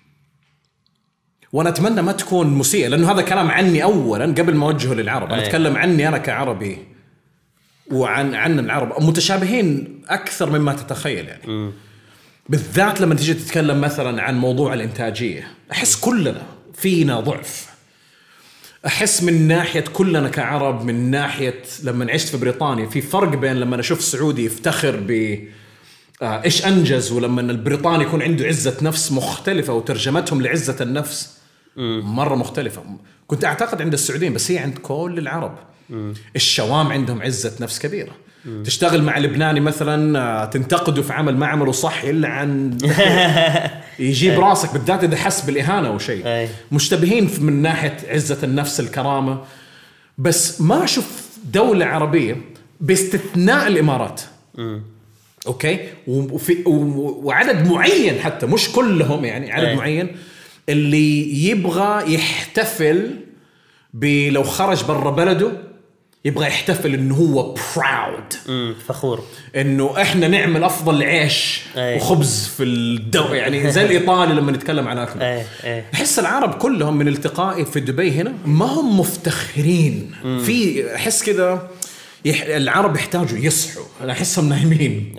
وأنا أتمنى ما تكون مسيئة لأنه هذا كلام عني أولا قبل ما أوجهه للعرب. أنا أتكلم عني أنا كعربي وعن العرب متشابهين أكثر مما تتخيل يعني. بالذات لما تيجي تتكلم مثلا عن موضوع الإنتاجية، أحس كلنا فينا ضعف. أحس من ناحية كلنا كعرب، من ناحية لما عشت في بريطانيا في فرق بين لما أشوف سعودي يفتخر إيش أنجز، ولما البريطاني يكون عنده عزة نفس مختلفة وترجمتهم لعزة النفس مرة مختلفة. كنت أعتقد عند السعوديين بس هي عند كل العرب. الشوام عندهم عزة نفس كبيرة. تشتغل مع لبناني مثلا تنتقده في عمل ما عمله صح إلا عن يجيب راسك، بالذات إذا حس بالإهانة أو شيء. مشتبهين من ناحية عزة النفس الكرامة. بس ما أشوف دولة عربية باستثناء الإمارات أوكي وعدد معين، حتى مش كلهم يعني عدد معين اللي يبغى يحتفل لو خرج برا بلده يبغى يحتفل انه هو proud فخور انه احنا نعمل افضل عيش وخبز في الدو، يعني زي الايطالي لما نتكلم عن اكل. احس العرب كلهم من التقائي في دبي هنا ما هم مفتخرين. في احس كذا العرب يحتاجوا يصحوا، انا احسهم نايمين.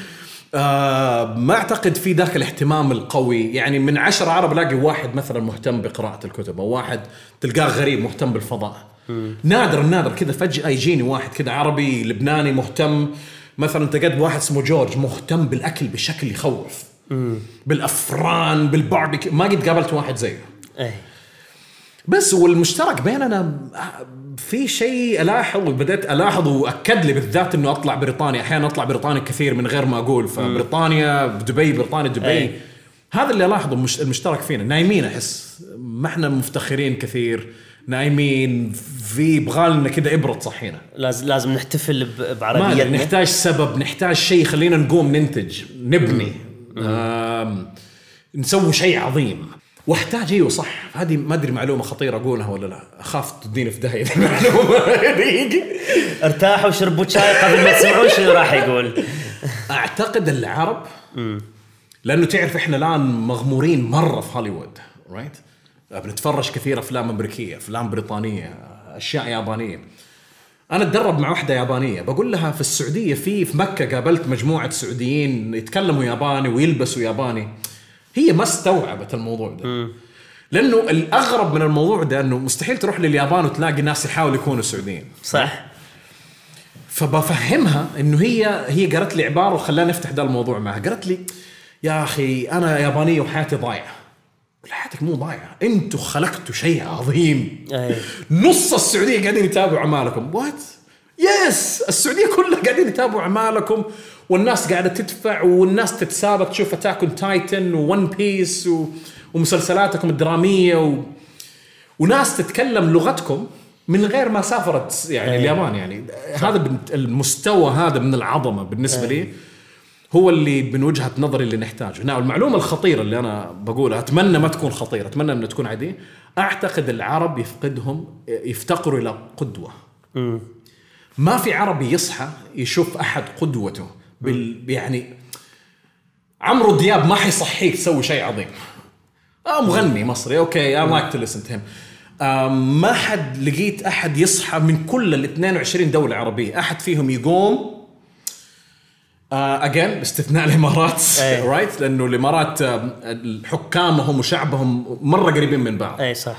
ما اعتقد في ذاك الاهتمام القوي. يعني من 10 عرب لاقي واحد مثلا مهتم بقراءة الكتب، او واحد تلقاه غريب مهتم بالفضاء. نادر كذا فجأة يجيني واحد كذا عربي لبناني مهتم. مثلا تقد واحد اسمه جورج مهتم بالأكل بشكل يخوف، بالأفران، بالباربيكي. ما قد قابلت واحد زيه. بس والمشترك بيننا في شيء ألاحظ، وبدأت ألاحظ وأكد لي بالذات إنه أطلع بريطانيا. أحيانا أطلع بريطانيا كثير من غير ما أقول. فبريطانيا دبي، بريطانيا دبي. هذا اللي ألاحظه المشترك فينا. نايمين، أحس ما إحنا مفتخرين كثير، نايمين في بغالنا كده إبرة صحينا. لازم نحتفل بعربيتنا. نحتاج سبب، نحتاج شيء خلينا نقوم ننتج نبني. نسوي شيء عظيم واحتاج. ايوه صح، هذه ما ادري معلومه خطيره اقولها ولا لا، اخاف تديني في داهيه المعلومه. ارتاحوا وشربوا شاي قبل ما تسمعون شنو راح يقول. اعتقد العرب لانه تعرف احنا الان مغمورين مره في هوليوود، رايت؟ بنتفرج كثير افلام امريكيه، افلام بريطانيه، اشياء يابانيه. انا اتدرب مع واحده يابانيه، بقول لها في السعوديه في مكه قابلت مجموعه سعوديين يتكلموا ياباني ويلبسوا ياباني. هي ما استوعبت الموضوع ده. لانه الاغرب من الموضوع ده انه مستحيل تروح لليابان وتلاقي ناس يحاولوا يكونوا سعوديين. صح. فبفهمها انه هي قالت لي عباره وخلاني افتح ده الموضوع معها. قالت لي يا اخي انا يابانيه وحياتي ضايعه. حياتك مو ضايعه، انتوا خلقتوا شيء عظيم. نص السعوديه قاعدين يتابعوا اعمالكم. وات يس، السعوديه كلها قاعدين يتابعوا اعمالكم، والناس قاعده تدفع، والناس تتسابق تشوف أتاك أون تايتن وون بيس ومسلسلاتكم الدراميه وناس تتكلم لغتكم من غير ما سافرت يعني اليابان. يعني هذا المستوى هذا من العظمه بالنسبه لي هو اللي من وجهة نظري اللي نحتاجه. نعم، المعلومة الخطيرة اللي أنا بقولها، أتمنى ما تكون خطيرة، أتمنى أن تكون عادية. أعتقد العرب يفتقروا إلى قدوة. ما في عربي يصحى يشوف أحد قدوته يعني عمرو دياب ما حيصحيك تسوي شيء عظيم. مغني مصري أوكي I like to listen to him. ما حد لقيت أحد يصحى من كل ال 22 دولة عربية أحد فيهم يقوم again باستثناء الإمارات right، لأنه الإمارات حكامهم وشعبهم مرة قريبين من بعض. أي صح.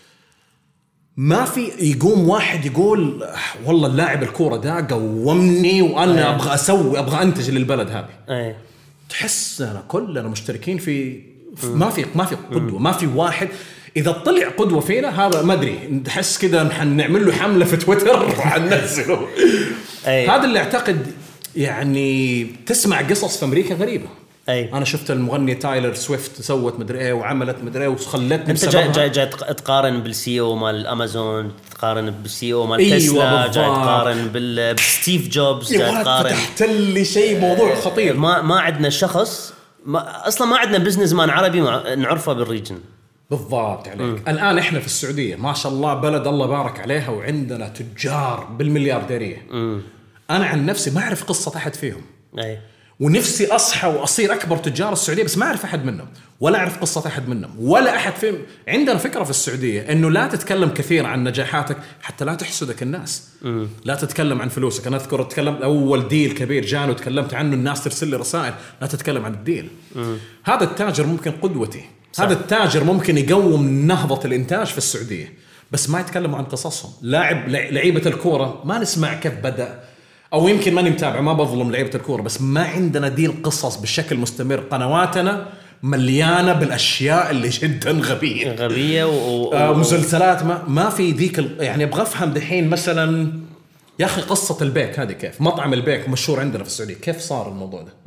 ما في يقوم واحد يقول والله اللاعب الكورة ده قومني وأنا أبغى أنتج للبلد هذه. تحس كلنا مشتركين في ما في قدوة. ما في واحد إذا طلع قدوة فينا هذا ما أدري، تحس كده حنعمل له حملة في تويتر وحننزله. هذا اللي أعتقد. يعني تسمع قصص في أمريكا غريبة. أنا شفت المغنية تايلر سويفت سوت مدري إيه وعملت مدري إيه وخلتني. أنت جاي تقارن بالسي او مال أمازون، تقارن بالسي او مال تسلا، جاي تقارن بستيف جوبز، جاي تقارن. فتحت لي شيء موضوع خطير. ما عندنا شخص أصلا ما عندنا بزنس مان عربي نعرفه بالريجن. بالضبط عليك. الآن إحنا في السعودية ما شاء الله بلد الله بارك عليها، وعندنا تجار بالمليارديرية. أنا عن نفسي ما أعرف قصة أحد فيهم. ونفسي أصحى وأصير أكبر تجار السعودية، بس ما أعرف أحد منهم ولا أعرف قصة أحد منهم ولا أحد فيهم. عندنا فكرة في السعودية إنه لا تتكلم كثير عن نجاحاتك حتى لا تحسدك الناس. لا تتكلم عن فلوسك. أنا أذكر تكلمت أول ديل كبير جاني وتكلمت عنه، الناس ترسل لي رسائل لا تتكلم عن الديل. هذا التاجر ممكن قدوتي. صح. هذا التاجر ممكن يقوم نهضة الإنتاج في السعودية، بس ما يتكلموا عن قصصهم. لعيبة الكورة ما نسمع كيف بدأ، أو يمكن ماني متابع، ما بظلم لعيبة الكورة، بس ما عندنا دي القصص بشكل مستمر. قنواتنا مليانة بالأشياء اللي جدا غبية مسلسلات ما في ذيك يعني أبغى أفهم دحين مثلا يا أخي قصة البيك هذه كيف، مطعم البيك مشهور عندنا في السعودية، كيف صار الموضوع ده؟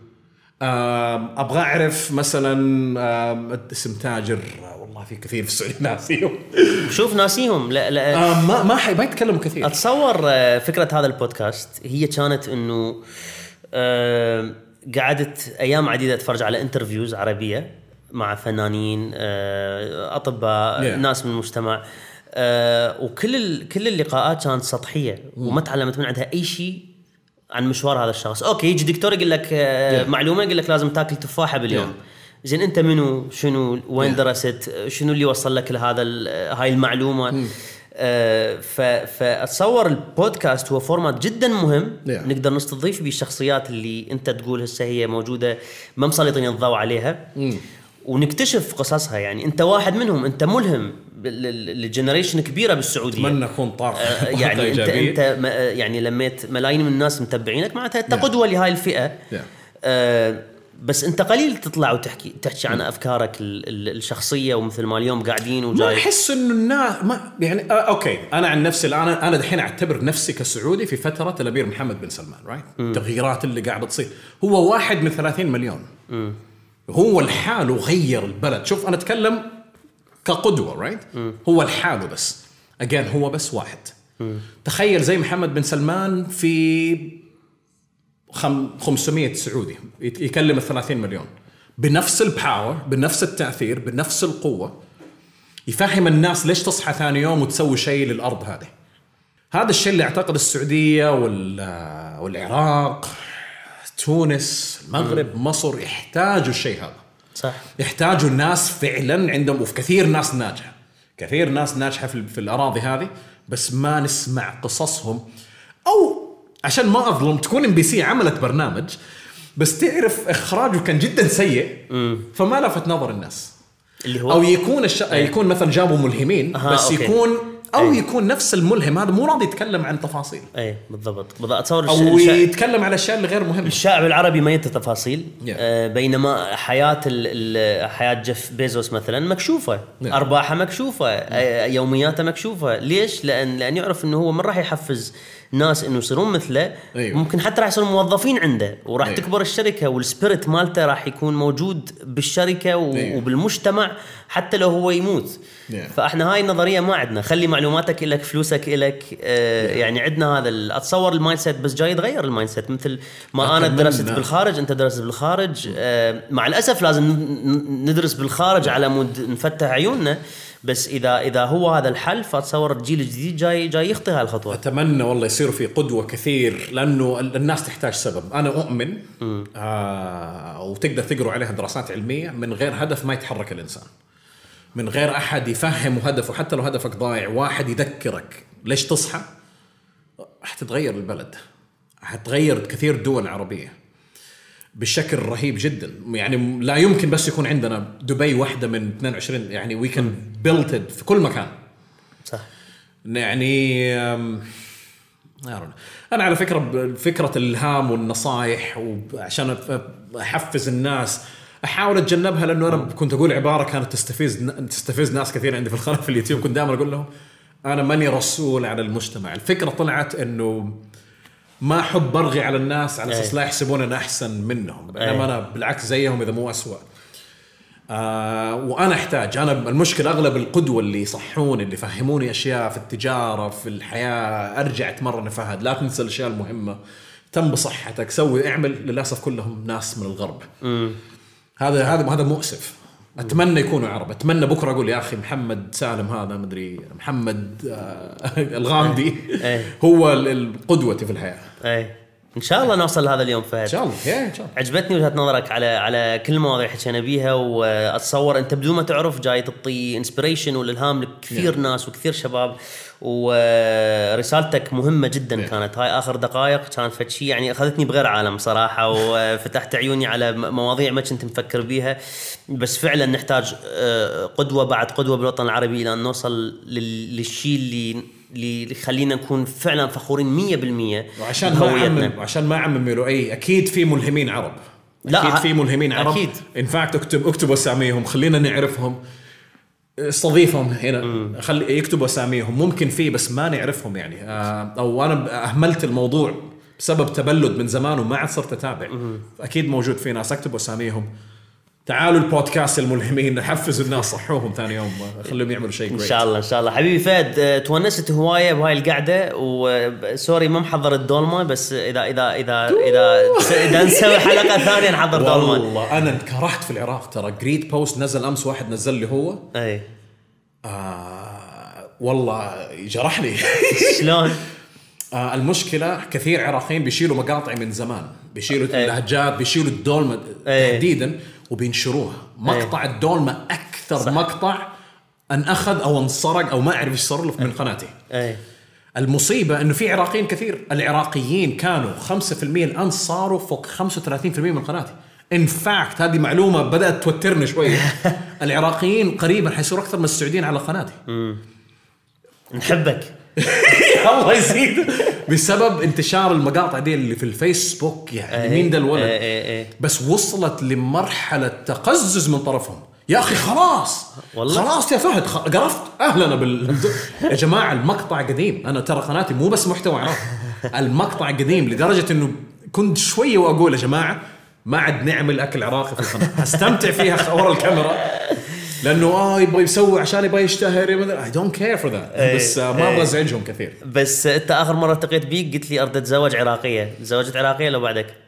أبغى أعرف مثلا اسم تاجر، والله في كثير في السعودية ناسيهم. شوف ناسيهم. لا ما يتكلموا كثير. أتصور فكرة هذا البودكاست هي كانت إنه قعدت أيام عديدة أتفرج على انترفيوز عربية مع فنانين، أطباء، ناس من المجتمع، وكل اللقاءات كانت سطحية وما تعلمت من عندها أي شيء عن مشوار هذا الشخص. أوكي، يجي دكتور يقول لك معلومة، يقول لك لازم تاكل تفاحة باليوم. زين أنت منو؟ شنو؟ وين درست؟ شنو اللي وصل لك لهذا هاي المعلومة؟ فأتصور البودكاست هو فورمات جدا مهم نقدر نستضيف به الشخصيات اللي أنت تقول هسه هي موجودة ما مسلطين الضوء عليها، ونكتشف قصصها. يعني أنت واحد منهم، أنت ملهم للجنريشن كبيرة بالسعودية. أتمنى أكون طاق يعني أنت يعني لميت ملايين من الناس متابعينك، معناتها أنت قدوة لهاي الفئة. بس أنت قليل تطلع وتحكي عن أفكارك الشخصية، ومثل ما اليوم قاعدين وجاي ما أحس إنه الناس ما يعني أوكي. أنا عن نفسي الآن أنا دحين أعتبر نفسي كسعودي في فترة الأمير محمد بن سلمان، التغييرات اللي قاعدة تصير. هو واحد من 30 مليون. هو الحال غير البلد. شوف أنا أتكلم كقدوة هو الحال بس again هو بس واحد. تخيل زي محمد بن سلمان في 500 سعودي يكلم 30 مليون. بنفس الباور، بنفس التأثير، بنفس القوة، يفهم الناس ليش تصحى ثاني يوم وتسوي شيء للأرض هذه. هذا الشيء اللي أعتقد السعودية والعراق، تونس، المغرب، مصر يحتاجوا الشيء هذا. صح. يحتاجوا الناس فعلا عندهم، وفي كثير ناس ناجحة، كثير ناس ناجحة في الأراضي هذه، بس ما نسمع قصصهم. أو عشان ما أظلم، تكون MBC عملت برنامج بس تعرف إخراجه كان جدا سيء فما لفت نظر الناس، اللي هو أو يكون يكون مثلا جابوا ملهمين بس أوكي. يكون أو يكون نفس الملهم هذا مو راضي يتكلم عن تفاصيل. بالضبط. أتصور أو يتكلم على الأشياء اللي غير مهمة. الشعب العربي ما ينتهي تفاصيل. بينما حياة جيف بيزوس مثلا مكشوفة. أرباحه مكشوفة. يومياته مكشوفة. ليش؟ لأن يعرف إنه هو من راح يحفز ناس إنه يصيرون مثله. ممكن حتى راح يصيرون موظفين عنده وراح تكبر الشركة، والسبيريت مالته راح يكون موجود بالشركة وبالمجتمع حتى لو هو يموت. فإحنا هاي النظرية ما عندنا. خلي معلوماتك إلك، فلوسك إلك. يعني عندنا هذا أتصور المايند سيت، بس جاي يتغير المايند سيت. مثل ما أنا درست بالخارج أنت درست بالخارج. مع الأسف لازم ندرس بالخارج على مود نفتح عيوننا، بس إذا هو هذا الحل فأتصور الجيل الجديد جاي يخطي هالخطوة. أتمنى والله يصير في قدوة كثير، لأنه الناس تحتاج سبب. أنا أؤمن وتقدر تقروا عليها دراسات علمية، من غير هدف ما يتحرك الإنسان، من غير أحد يفهم هدفه. حتى لو هدفك ضايع، واحد يذكرك ليش تصحى، حتتغير البلد، حتغير كثير دول عربية بشكل رهيب جدا. يعني لا يمكن بس يكون عندنا دبي واحدة من 22، يعني we can build it في كل مكان. صح. يعني أنا على فكرة الإلهام والنصائح، وعشان أحفز الناس أحاول أتجنبها، لأنه أنا كنت أقول عبارة كانت تستفز ناس كثير عندي في القناة في اليوتيوب. كنت دائما أقول لهم أنا ماني رسول على المجتمع. الفكرة طلعت إنه ما أحب أرغي على الناس على أساس لا يحسبون أنا أحسن منهم، بينما أنا بالعكس زيهم إذا مو أسوأ. وأنا أحتاج، أنا المشكلة أغلب القدوة اللي يصحوني، اللي يفهموني أشياء في التجارة في الحياة، أرجع أتمرن فهد لا تنسى الأشياء المهمة، تم بصحتك، سوي اعمل. للأسف كلهم ناس من الغرب. هذا مؤسف. أتمنى يكونوا عرب. أتمنى بكرة أقول يا أخي محمد سالم هذا مدري محمد الغامدي هو القدوة في الحياة. إن شاء الله نوصل لهذا اليوم فهد. إن شاء الله. عجبتني وجهة نظرك على كل المواضيع حكينا بيها، وأتصور أنت بدون ما تعرف جاي تعطي إنسبيريشن والإلهام لكثير ناس وكثير شباب، ورسالتك مهمة جدا كانت. هاي آخر دقائق كانت فتشي يعني أخذتني بغير عالم صراحة، وفتحت عيوني على مواضيع ما كنت مفكر بيها. بس فعلا نحتاج قدوة بعد قدوة بالوطن العربي لأن نوصل للشيء اللي يخلينا نكون فعلا فخورين 100% بهويتنا. وعشان ما أعمم لؤي، أكيد في ملهمين عرب. أكيد في ملهمين عرب. أكيد. إن فاكت اكتبوا أساميهم، خلينا نعرفهم، استضيفهم هنا، خلي يكتبوا أساميهم. ممكن في بس ما نعرفهم يعني. أو أنا أهملت الموضوع بسبب تبلد من زمان وما عاد صرت أتابع. أكيد موجود في ناس، اكتبوا أساميهم. تعالوا البودكاست الملهمين، نحفز الناس، صحوهم ثاني يوم، خليهم يعملوا شيء إن شاء الله. إن شاء الله حبيبي فهد، تونست هواية بهاي القعدة. وسوري ما محضر الدولمة، بس إذا نسوي حلقة ثانية نحضر دولمة. والله أنا كرهت في العراق ترى. جريد بوست نزل أمس، واحد نزل لي هو والله جرحني. شلون؟ المشكلة كثير عراقيين بيشيلوا مقاطع من زمان، بيشيلوا اللهجات، بيشيلوا الدولمة تحديدا وبينشروها. مقطع الدولمة أكثر مقطع أخذ أو انسرق أو ما أعرف إيش صار له من قناتي. المصيبة إنه في عراقيين كثير، العراقيين كانوا 5%، الآن صاروا فوق 35% من قناتي. in fact هذه معلومة بدأت توترني شوية. العراقيين قريبا حيصيروا أكثر من السعوديين على قناتي. نحبك. الله يزيد. بسبب انتشار المقاطع دي اللي في الفيسبوك، يعني مين ده الولد. بس وصلت لمرحلة تقزز من طرفهم. يا أخي خلاص خلاص يا فهد قرفت أهلنا يا جماعة المقطع قديم. أنا ترى قناتي مو بس محتوى عراقي، المقطع قديم لدرجة إنه كنت شوية وأقول يا جماعة ما عاد نعمل أكل عراقي في القناة، هستمتع فيها ورا الكاميرا، لأنه يبغى يسوي عشان يبغى يشتهر. I don't care for that. بس ما أبغى أزعجهم كثير. بس أنت آخر مرة التقيت بيك قلت لي أريد أتزوج عراقية. تزوجت عراقية لو بعدك؟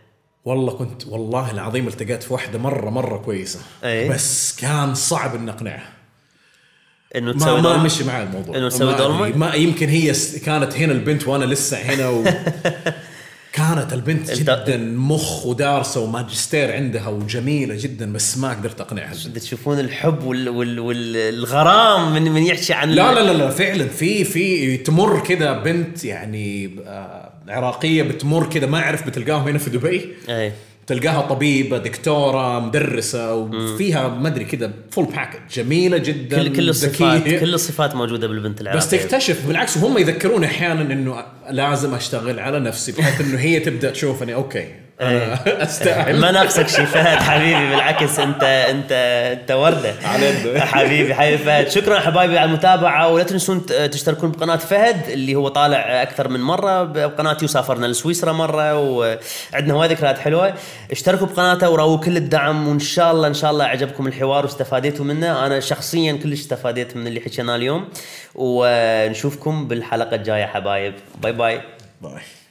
والله كنت والله العظيم التقيت في واحدة مرة كويسة. بس كان صعب إن أقنعها إنه تسوي ما مشي معي الموضوع، إنه تسوي دولمة. ما يمكن هي كانت هنا البنت وأنا لسه هنا كانت البنت جدا مخ ودارسة وماجستير عندها وجميلة جدا، بس ما قدرت أقنعها. تشوفون الحب والغرام من يحكي عن لا فعلا في تمر كده بنت يعني عراقية بتمر كده ما أعرف بتلقاهم هنا في دبي. تلقاها طبيبة دكتورة مدرسة وفيها ما أدري كده فول باكج جميلة جدا، كل الصفات موجودة بالبنت العراقية. بس تكتشف بالعكس وهم يذكرون أحيانا إنه لازم أشتغل على نفسي بحيث إنه هي تبدأ تشوفني أوكي أنا أستاهل. ما نفسك شي فهد حبيبي، بالعكس أنت وردة حبيبي فهد. شكرا حبايبي على المتابعة، ولا تنسون تشتركون بقناة فهد اللي هو طالع أكثر من مرة بقناتي، وسافرنا لسويسرا مرة وعندنا هواي ذكريات حلوة. اشتركوا بقناته وراووا كل الدعم، وإن شاء الله عجبكم الحوار واستفاديتوا منه. أنا شخصيا كلش استفاديت من اللي حكينا اليوم، ونشوفكم بالحلقة الجاية حبايب. باي.